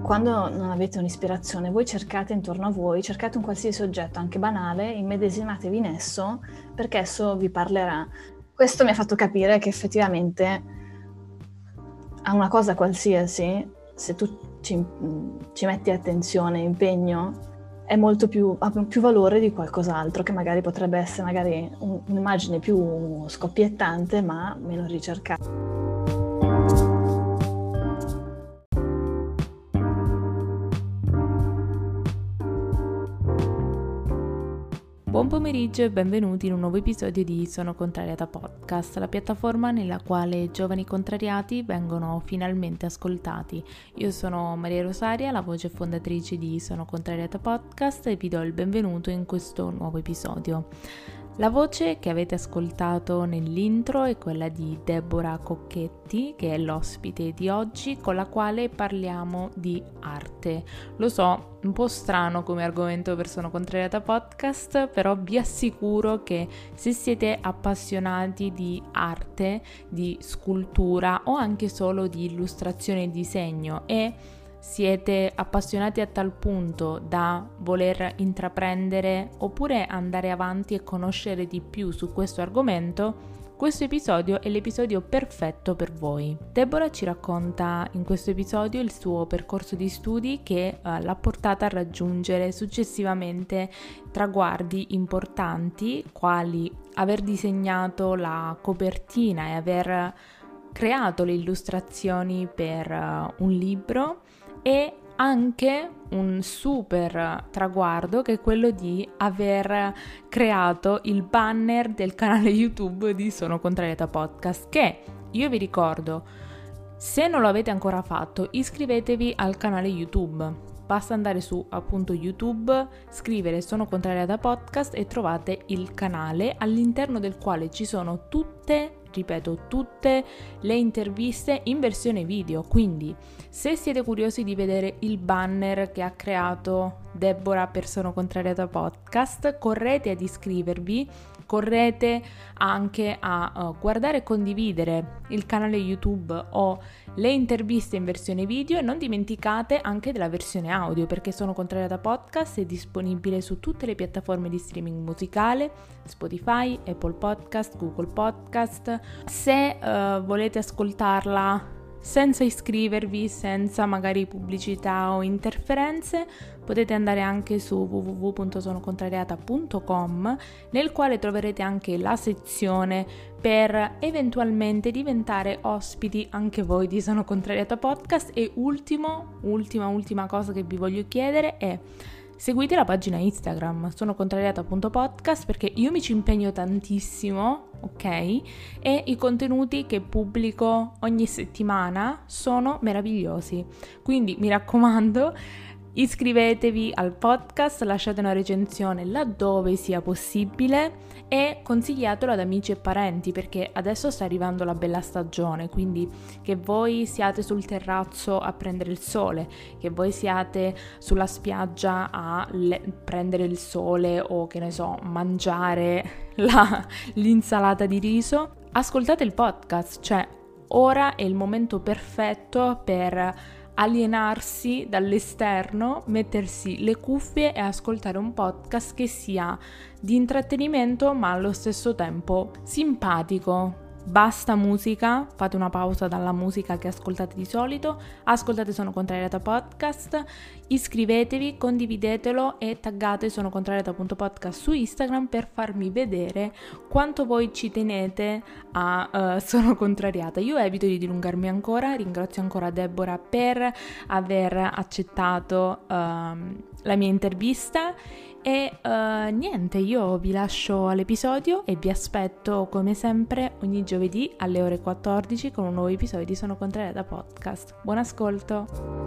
quando non avete un'ispirazione, voi cercate intorno a voi, cercate un qualsiasi oggetto, anche banale, immedesimatevi in esso, perché esso vi parlerà. Questo mi ha fatto capire che effettivamente a una cosa qualsiasi, se tu ci metti attenzione, impegno, ha più valore di qualcos'altro, che magari potrebbe essere un'immagine più scoppiettante, ma meno ricercata. Buon pomeriggio e benvenuti in un nuovo episodio di Sono Contrariata Podcast, la piattaforma nella quale giovani contrariati vengono finalmente ascoltati. Io sono Maria Rosaria, la voce fondatrice di Sono Contrariata Podcast, e vi do il benvenuto in questo nuovo episodio. La voce che avete ascoltato nell'intro è quella di Deborah Cocchetti, che è l'ospite di oggi, con la quale parliamo di arte. Lo so, un po' strano come argomento per Sono Contrariata Podcast, però vi assicuro che se siete appassionati di arte, di scultura o anche solo di illustrazione e disegno e siete appassionati a tal punto da voler intraprendere oppure andare avanti e conoscere di più su questo argomento, questo episodio è l'episodio perfetto per voi. Deborah ci racconta in questo episodio il suo percorso di studi che l'ha portata a raggiungere successivamente traguardi importanti, quali aver disegnato la copertina e aver creato le illustrazioni per un libro, e anche un super traguardo che è quello di aver creato il banner del canale YouTube di Sono Contrariata Podcast, che io vi ricordo, se non lo avete ancora fatto, iscrivetevi al canale YouTube. Basta andare su appunto YouTube, scrivere Sono Contrariata Podcast e trovate il canale all'interno del quale ci sono tutte le interviste in versione video. Quindi se siete curiosi di vedere il banner che ha creato Deborah per Sono Contrariata Podcast, correte ad iscrivervi, correte anche a guardare e condividere il canale YouTube o le interviste in versione video, e non dimenticate anche della versione audio, perché Sono Contrariata Podcast è disponibile su tutte le piattaforme di streaming musicale, Spotify, Apple Podcast, Google Podcast. Se volete ascoltarla senza iscrivervi, senza magari pubblicità o interferenze, potete andare anche su www.sonocontrariata.com, nel quale troverete anche la sezione per eventualmente diventare ospiti anche voi di Sono Contrariata Podcast. E ultima cosa che vi voglio chiedere è: seguite la pagina Instagram sonocontrariata.podcast, perché io mi ci impegno tantissimo, ok? E i contenuti che pubblico ogni settimana sono meravigliosi. Quindi mi raccomando, iscrivetevi al podcast, lasciate una recensione laddove sia possibile e consigliatelo ad amici e parenti, perché adesso sta arrivando la bella stagione, quindi che voi siate sul terrazzo a prendere il sole, che voi siate sulla spiaggia a prendere il sole o, che ne so, mangiare l'insalata di riso, ascoltate il podcast. Cioè, ora è il momento perfetto per alienarsi dall'esterno, mettersi le cuffie e ascoltare un podcast che sia di intrattenimento ma allo stesso tempo simpatico. Basta musica, fate una pausa dalla musica che ascoltate di solito, ascoltate Sono Contrariata Podcast, iscrivetevi, condividetelo e taggate Sono Contrariata.podcast su Instagram per farmi vedere quanto voi ci tenete a Sono Contrariata. Io evito di dilungarmi ancora, ringrazio ancora Deborah per aver accettato la mia intervista. E niente, io vi lascio all'episodio e vi aspetto come sempre ogni giovedì alle ore 14 con un nuovo episodio di Sono Contrariata Podcast. Buon ascolto!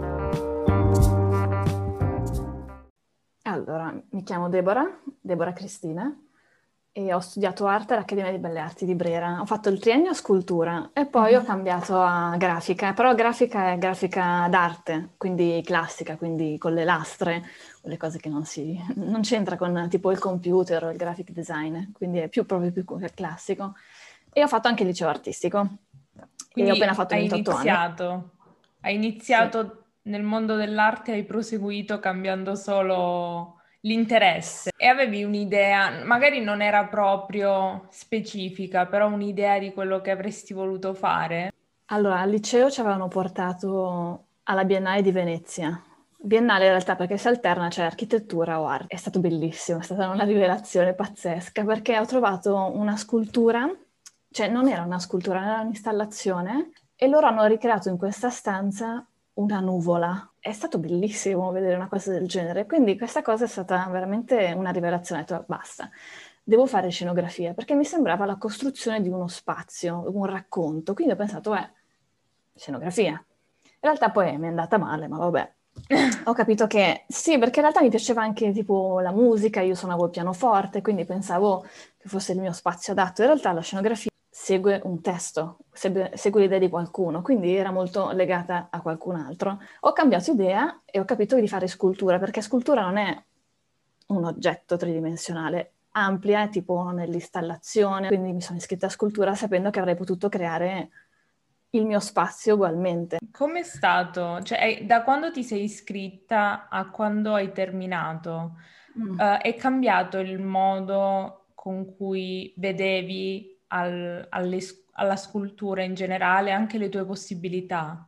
Allora, mi chiamo Deborah Cristina, e ho studiato arte all'Accademia di Belle Arti di Brera. Ho fatto il triennio a scultura e poi ho cambiato a grafica, però grafica è grafica d'arte, quindi classica, quindi con le lastre, le cose che non c'entra con tipo il computer o il graphic design, quindi è proprio più classico. E ho fatto anche il liceo artistico. Quindi e ho appena fatto 28 anni. Hai iniziato nel mondo dell'arte hai proseguito cambiando solo l'interesse e avevi un'idea, magari non era proprio specifica, però un'idea di quello che avresti voluto fare? Allora, al liceo ci avevano portato alla Biennale di Venezia. Biennale in realtà perché si alterna, c'è architettura o arte. È stato bellissimo, è stata una rivelazione pazzesca perché ho trovato una scultura, cioè non era una scultura, era un'installazione e loro hanno ricreato in questa stanza una nuvola. È stato bellissimo vedere una cosa del genere, quindi questa cosa è stata veramente una rivelazione. Ho detto, basta, devo fare scenografia perché mi sembrava la costruzione di uno spazio, un racconto. Quindi ho pensato, scenografia. In realtà poi mi è andata male, ma vabbè. Ho capito che sì, perché in realtà mi piaceva anche tipo la musica, io suonavo il pianoforte, quindi pensavo che fosse il mio spazio adatto. In realtà la scenografia segue un testo, segue l'idea di qualcuno, quindi era molto legata a qualcun altro. Ho cambiato idea e ho capito di fare scultura, perché scultura non è un oggetto tridimensionale, amplia, tipo nell'installazione, quindi mi sono iscritta a scultura sapendo che avrei potuto creare il mio spazio ugualmente. Com'è stato? Cioè, da quando ti sei iscritta a quando hai terminato, è cambiato il modo con cui vedevi alla scultura in generale, anche le tue possibilità?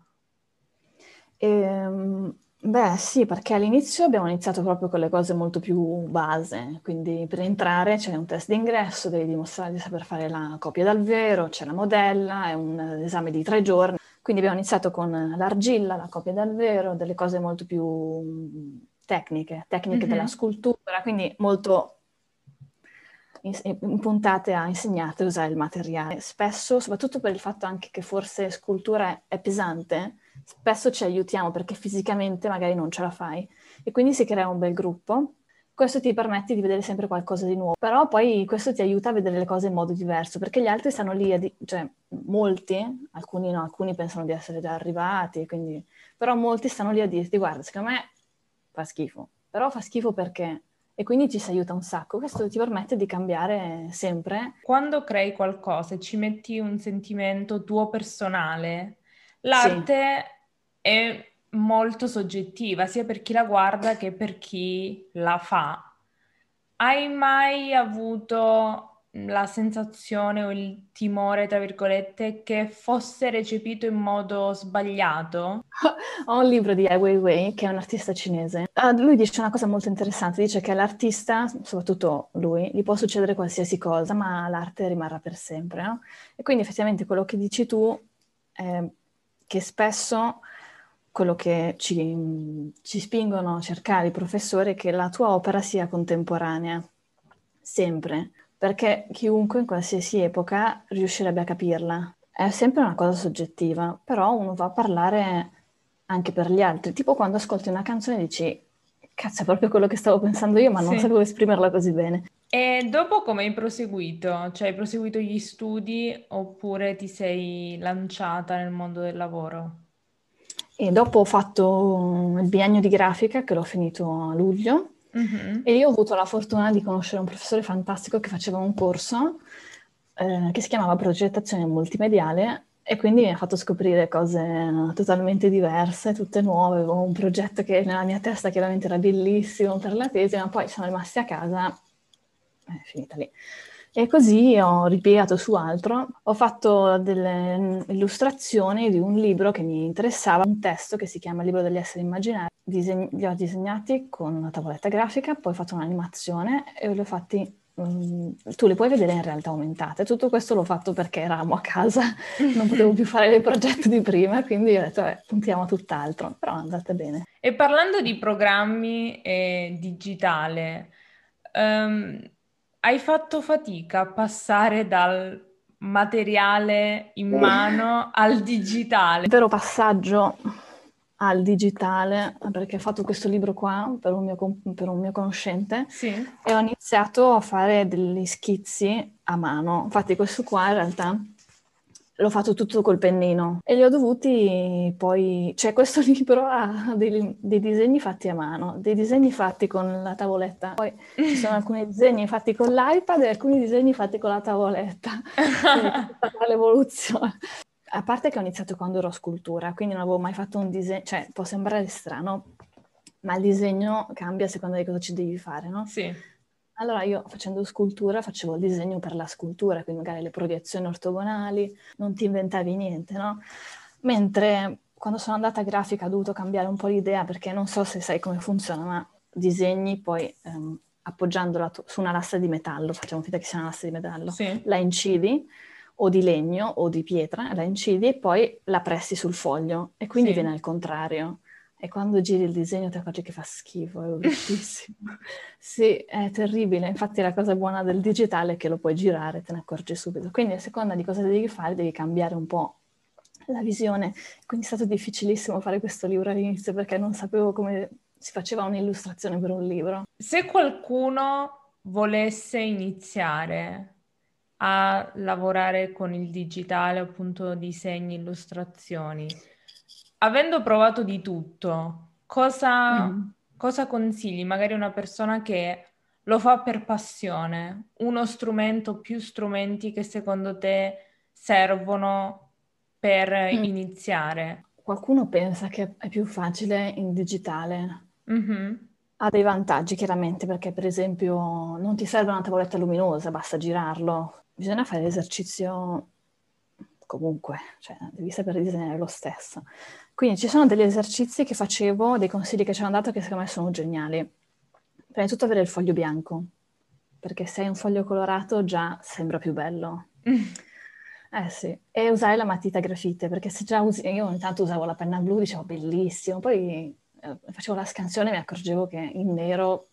Beh, sì, perché all'inizio abbiamo iniziato proprio con le cose molto più base, quindi per entrare c'è un test d'ingresso, devi dimostrare di saper fare la copia dal vero, c'è la modella, è un esame di 3 giorni. Quindi abbiamo iniziato con l'argilla, la copia dal vero, delle cose molto più tecniche della scultura, quindi molto impuntate a insegnarti a usare il materiale. Spesso, soprattutto per il fatto anche che forse scultura è pesante, spesso ci aiutiamo perché fisicamente magari non ce la fai e quindi si crea un bel gruppo. Questo ti permette di vedere sempre qualcosa di nuovo, però poi questo ti aiuta a vedere le cose in modo diverso perché gli altri stanno lì, cioè molti, alcuni no, alcuni pensano di essere già arrivati, quindi, però molti stanno lì a dirti guarda, secondo me fa schifo, però fa schifo perché e quindi ci si aiuta un sacco. Questo ti permette di cambiare sempre. Quando crei qualcosa e ci metti un sentimento tuo personale, Sì. l'arte è molto soggettiva, sia per chi la guarda che per chi la fa. Hai mai avuto la sensazione o il timore, tra virgolette, che fosse recepito in modo sbagliato? Ho un libro di Ai Weiwei, che è un artista cinese. Lui dice una cosa molto interessante, dice che all'artista, soprattutto lui, gli può succedere qualsiasi cosa, ma l'arte rimarrà per sempre, no? E quindi effettivamente quello che dici tu è che spesso quello che ci spingono a cercare i professori è che la tua opera sia contemporanea, sempre, perché chiunque in qualsiasi epoca riuscirebbe a capirla. È sempre una cosa soggettiva, però uno va a parlare anche per gli altri. Tipo quando ascolti una canzone e dici, cazzo, è proprio quello che stavo pensando io, ma non Sì. sapevo esprimerla così bene. E dopo come hai proseguito? Cioè hai proseguito gli studi oppure ti sei lanciata nel mondo del lavoro? E dopo ho fatto il biennio di grafica, che l'ho finito a luglio, Mhm. e io ho avuto la fortuna di conoscere un professore fantastico che faceva un corso che si chiamava progettazione multimediale e quindi mi ha fatto scoprire cose totalmente diverse, tutte nuove. Avevo un progetto che nella mia testa chiaramente era bellissimo per la tesi, ma poi siamo rimasti a casa, è finita lì. E così ho ripiegato su altro, ho fatto delle illustrazioni di un libro che mi interessava, un testo che si chiama Il libro degli esseri immaginari, li ho disegnati con una tavoletta grafica, poi ho fatto un'animazione e li ho fatti, tu li puoi vedere in realtà aumentate. Tutto questo l'ho fatto perché eravamo a casa, non potevo più fare il progetto di prima, quindi ho detto, puntiamo a tutt'altro, però è andata bene. E parlando di programmi e digitale, ehm, hai fatto fatica a passare dal materiale in mano al digitale? Il vero passaggio al digitale, perché ho fatto questo libro qua per un mio conoscente Sì. e ho iniziato a fare degli schizzi a mano. Infatti questo qua in realtà l'ho fatto tutto col pennino e li ho dovuti poi... Cioè questo libro ha dei disegni fatti a mano, dei disegni fatti con la tavoletta. Poi ci sono alcuni disegni fatti con l'iPad e alcuni disegni fatti con la tavoletta. Quindi è stata l'evoluzione. A parte che ho iniziato quando ero a scultura, quindi non avevo mai fatto un disegno, cioè può sembrare strano, ma il disegno cambia a seconda di cosa ci devi fare, no? Sì. Allora io facendo scultura facevo il disegno per la scultura, quindi magari le proiezioni ortogonali, non ti inventavi niente, no? Mentre quando sono andata a grafica ho dovuto cambiare un po' l'idea perché non so se sai come funziona, ma disegni poi appoggiandola su una lastra di metallo, facciamo finta che sia una lastra di metallo, Sì. la incidi o di legno o di pietra, la incidi e poi la pressi sul foglio e quindi viene Sì. al contrario. E quando giri il disegno ti accorgi che fa schifo, è bruttissimo. Sì, è terribile. Infatti la cosa buona del digitale è che lo puoi girare, te ne accorgi subito. Quindi a seconda di cosa devi fare, devi cambiare un po' la visione. Quindi è stato difficilissimo fare questo libro all'inizio perché non sapevo come si faceva un'illustrazione per un libro. Se qualcuno volesse iniziare a lavorare con il digitale, appunto disegni, illustrazioni, avendo provato di tutto, Mhm. cosa consigli? Magari una persona che lo fa per passione, uno strumento, più strumenti che secondo te servono per Mm. iniziare? Qualcuno pensa che è più facile in digitale. Mhm. Ha dei vantaggi chiaramente perché per esempio non ti serve una tavoletta luminosa, basta girarlo. Bisogna fare l'esercizio comunque, cioè devi sapere disegnare lo stesso. Quindi ci sono degli esercizi che facevo, dei consigli che ci hanno dato che secondo me sono geniali. Prima di tutto avere il foglio bianco, perché se hai un foglio colorato già sembra più bello. Eh sì, e usare la matita a grafite, perché se già usi, io ogni tanto usavo la penna blu, dicevo bellissimo, poi facevo la scansione e mi accorgevo che in nero,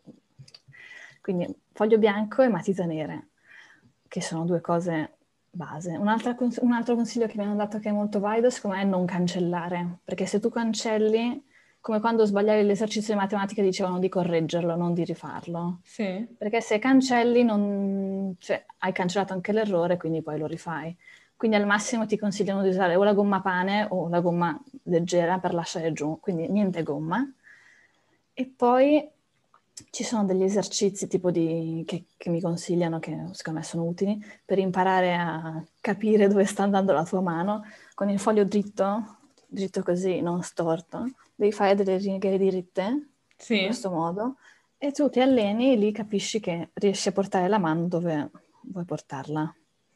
quindi foglio bianco e matite nere, che sono due cose base. Un altro consiglio che mi hanno dato che è molto valido, secondo me, è non cancellare, perché se tu cancelli, come quando sbagliavi l'esercizio di matematica dicevano di correggerlo, non di rifarlo. Sì. Perché se cancelli, cioè, hai cancellato anche l'errore, quindi poi lo rifai. Quindi al massimo ti consigliano di usare o la gomma pane o la gomma leggera per lasciare giù, quindi niente gomma. E poi ci sono degli esercizi che mi consigliano, che secondo me sono utili, per imparare a capire dove sta andando la tua mano. Con il foglio dritto, dritto così, non storto, devi fare delle righe diritte, in Sì. questo modo, e tu ti alleni e lì capisci che riesci a portare la mano dove vuoi portarla.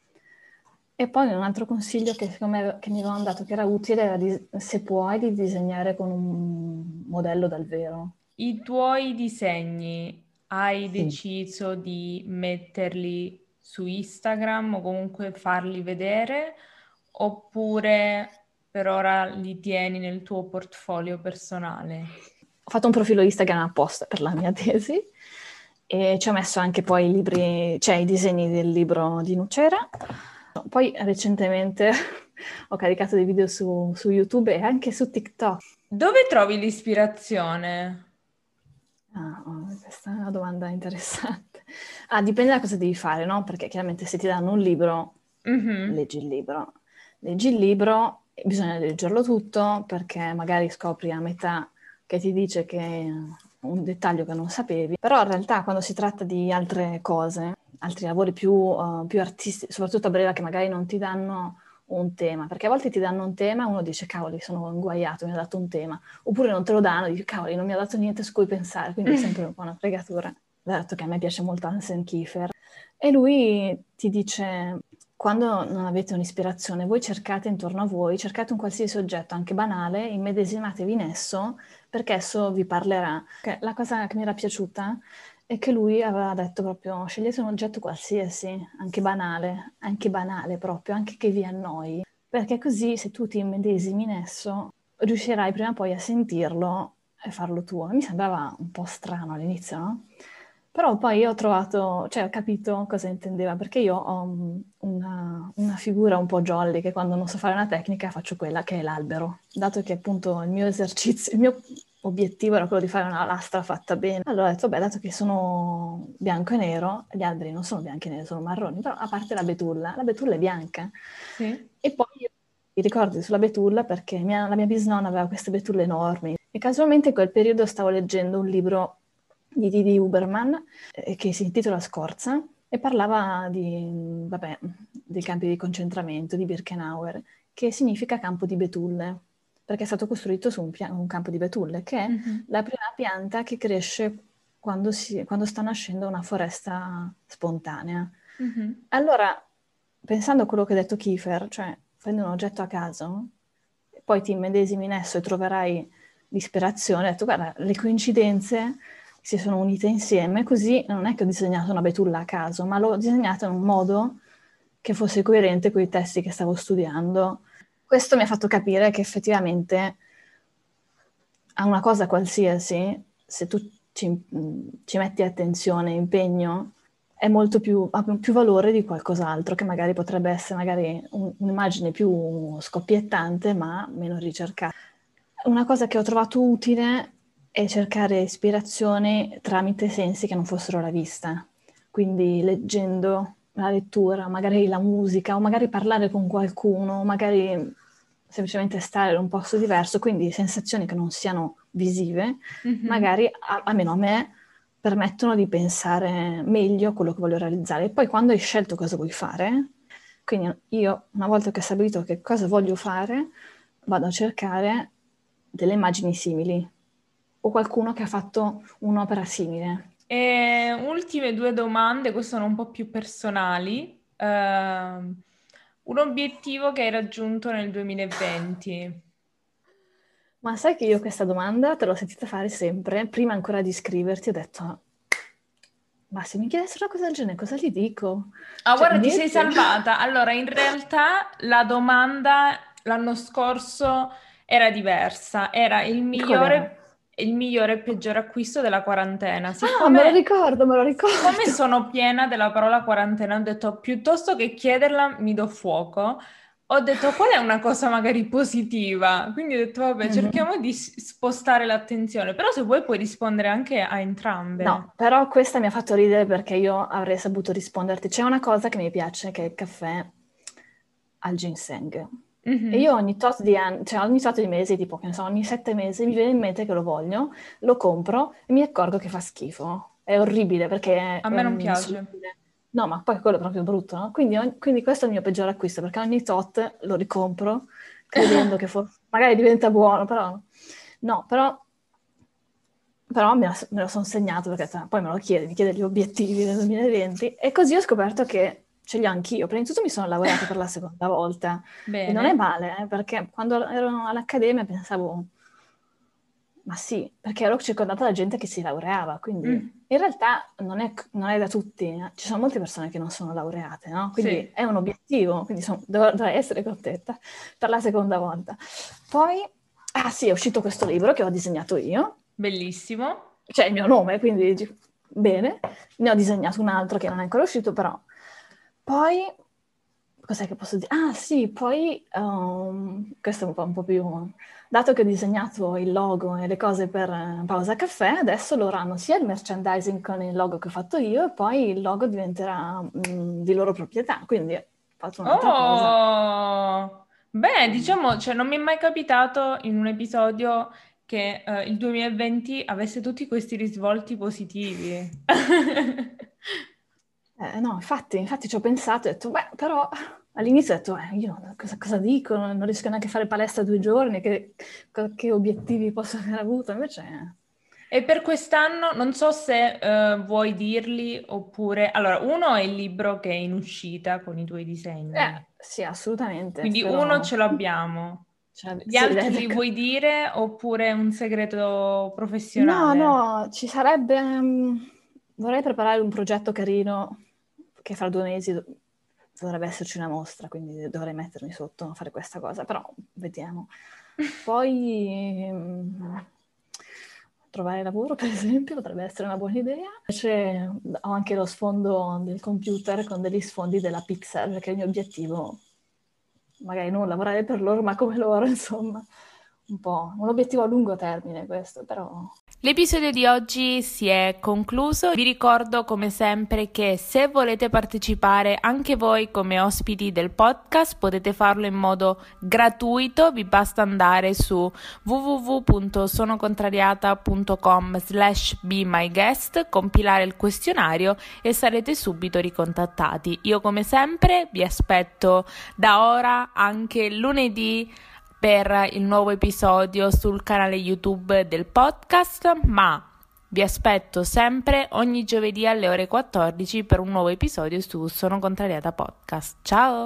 E poi un altro consiglio che secondo me che mi avevano dato che era utile era se puoi di disegnare con un modello dal vero. I tuoi disegni hai Sì. deciso di metterli su Instagram o comunque farli vedere oppure per ora li tieni nel tuo portfolio personale? Ho fatto un profilo Instagram apposta per la mia tesi e ci ho messo anche poi i libri, cioè i disegni del libro di Nucera. Poi recentemente ho caricato dei video su YouTube e anche su TikTok. Dove trovi l'ispirazione? Questa è una domanda interessante. Dipende da cosa devi fare, no? Perché chiaramente se ti danno un libro, Mhm. leggi il libro. Leggi il libro, e bisogna leggerlo tutto perché magari scopri a metà che ti dice che è un dettaglio che non sapevi. Però in realtà quando si tratta di altre cose, altri lavori più artistici, soprattutto a breve che magari non ti danno un tema, perché a volte ti danno un tema e uno dice cavoli, sono inguaiato, mi ha dato un tema. Oppure non te lo danno, dici cavoli, non mi ha dato niente su cui pensare, quindi è sempre un po' una fregatura. Dato che a me piace molto Hansen Kiefer. E lui ti dice, quando non avete un'ispirazione, voi cercate intorno a voi, cercate un qualsiasi oggetto, anche banale, immedesimatevi in esso, perché esso vi parlerà. La cosa che mi era piaciuta è che lui aveva detto proprio, scegliete un oggetto qualsiasi, anche banale proprio, anche che vi annoi, perché così se tu ti immedesimi in esso, riuscirai prima o poi a sentirlo e farlo tuo. Mi sembrava un po' strano all'inizio, no? Però poi ho trovato, cioè ho capito cosa intendeva, perché io ho una figura un po' jolly, che quando non so fare una tecnica faccio quella che è l'albero. Dato che appunto il mio esercizio, il mio obiettivo era quello di fare una lastra fatta bene, allora ho detto, beh, dato che sono bianco e nero, gli alberi non sono bianchi e neri, sono marroni, però a parte la betulla è bianca. Sì. E poi io mi ricordo sulla betulla perché la mia bisnonna aveva queste betulle enormi e casualmente in quel periodo stavo leggendo un libro di Didi Huberman che si intitola Scorza e parlava di, vabbè, dei campi di concentramento di Birkenauer, che significa campo di betulle, perché è stato costruito su un campo di betulle, che è la prima pianta che cresce quando sta nascendo una foresta spontanea. Allora, pensando a quello che ha detto Kiefer, cioè prendi un oggetto a caso, poi ti immedesimi in esso e troverai l'ispirazione, ho detto guarda, le coincidenze si sono unite insieme, così non è che ho disegnato una betulla a caso, ma l'ho disegnata in un modo che fosse coerente con i testi che stavo studiando. Questo mi ha fatto capire che effettivamente a una cosa qualsiasi, se tu ci metti attenzione, impegno, è molto ha più valore di qualcos'altro, che magari potrebbe essere un'immagine più scoppiettante, ma meno ricercata. Una cosa che ho trovato utile è cercare ispirazione tramite sensi che non fossero la vista. Quindi leggendo, la lettura, magari la musica, o magari parlare con qualcuno, magari semplicemente stare in un posto diverso, quindi sensazioni che non siano visive, magari, almeno a me, permettono di pensare meglio a quello che voglio realizzare. E poi quando hai scelto cosa vuoi fare, quindi io, una volta che ho stabilito che cosa voglio fare, vado a cercare delle immagini simili o qualcuno che ha fatto un'opera simile. E ultime 2 domande, queste sono un po' più personali. Un obiettivo che hai raggiunto nel 2020? Ma sai che io questa domanda te l'ho sentita fare sempre, prima ancora di scriverti, ho detto, ma se mi chiedessero una cosa del genere, cosa gli dico? Ah, Cioè, guarda, ti sei niente. salvata. Allora, in realtà la domanda l'anno scorso era diversa. Era Qual era? il migliore e peggiore acquisto della quarantena. Ah, me lo ricordo, me lo Siccome ricordo. sono piena della parola quarantena, ho detto piuttosto che chiederla mi do fuoco. Ho detto qual è una cosa magari positiva? Quindi ho detto vabbè, cerchiamo di spostare l'attenzione. Però se vuoi puoi rispondere anche a entrambe. No, però questa mi ha fatto ridere perché io avrei saputo risponderti. C'è una cosa che mi piace, che è il caffè al ginseng. E io ogni tot di anni, cioè ogni tot di mesi, tipo, che ne so, ogni 7 mesi mi viene in mente che lo voglio, lo compro e mi accorgo che fa schifo. È orribile perché A è me non piace. insolubile. No, ma poi quello è proprio brutto, no? Quindi questo è il mio peggiore acquisto, perché ogni tot lo ricompro, credendo che magari diventa buono, però... No, però me lo sono segnato perché poi me lo mi chiede gli obiettivi del 2020 e così ho scoperto che ce li ho anch'io. Prima di tutto mi sono laureata per la seconda volta e non è Bene. male, perché quando ero all'accademia pensavo, ma sì, perché ero circondata da gente che si laureava, quindi in realtà non è da tutti, ci sono molte persone che non sono laureate, no? Quindi Sì, è un obiettivo, quindi dovrei essere contenta per la seconda volta. Poi, ah sì, è uscito questo libro che ho disegnato io, bellissimo. c'è il mio nome, quindi dici, bene, ne ho disegnato un altro che non è ancora uscito, però. Poi, cos'è che posso dire? Ah sì, poi, questo è un po' più... Dato che ho disegnato il logo e le cose per Pausa Caffè, adesso loro hanno sia il merchandising con il logo che ho fatto io e poi il logo diventerà di loro proprietà, quindi ho fatto un'altra cosa. Oh! Beh, diciamo, cioè, non mi è mai capitato in un episodio che il 2020 avesse tutti questi risvolti positivi. No, infatti ci ho pensato e ho detto, beh, però all'inizio ho detto, io cosa dico? Non riesco neanche a fare palestra 2 giorni, che obiettivi posso aver avuto? Invece, E per quest'anno non so se vuoi dirli oppure... Allora, uno è il libro che è in uscita con i tuoi disegni. sì, assolutamente, Quindi uno spero... ce l'abbiamo. Gli Sì, altri li vuoi dire oppure è un segreto no, professionale? no, ci sarebbe... vorrei preparare un progetto carino che fra 2 mesi dovrebbe esserci una mostra, quindi dovrei mettermi sotto a fare questa cosa, però vediamo. Poi trovare lavoro, per esempio, potrebbe essere una buona idea. Invece ho anche lo sfondo del computer con degli sfondi della Pixar, perché il mio obiettivo, magari non lavorare per loro, ma come loro, insomma, un po' un obiettivo a lungo termine questo, però... L'episodio di oggi si è concluso. Vi ricordo come sempre che se volete partecipare anche voi come ospiti del podcast potete farlo in modo gratuito. Vi basta andare su www.sonocontrariata.com/bemyguest, compilare il questionario e sarete subito ricontattati. Io come sempre vi aspetto da ora anche lunedì per il nuovo episodio sul canale YouTube del podcast, ma vi aspetto sempre ogni giovedì alle ore 14 per un nuovo episodio su Sono Contrariata Podcast. Ciao!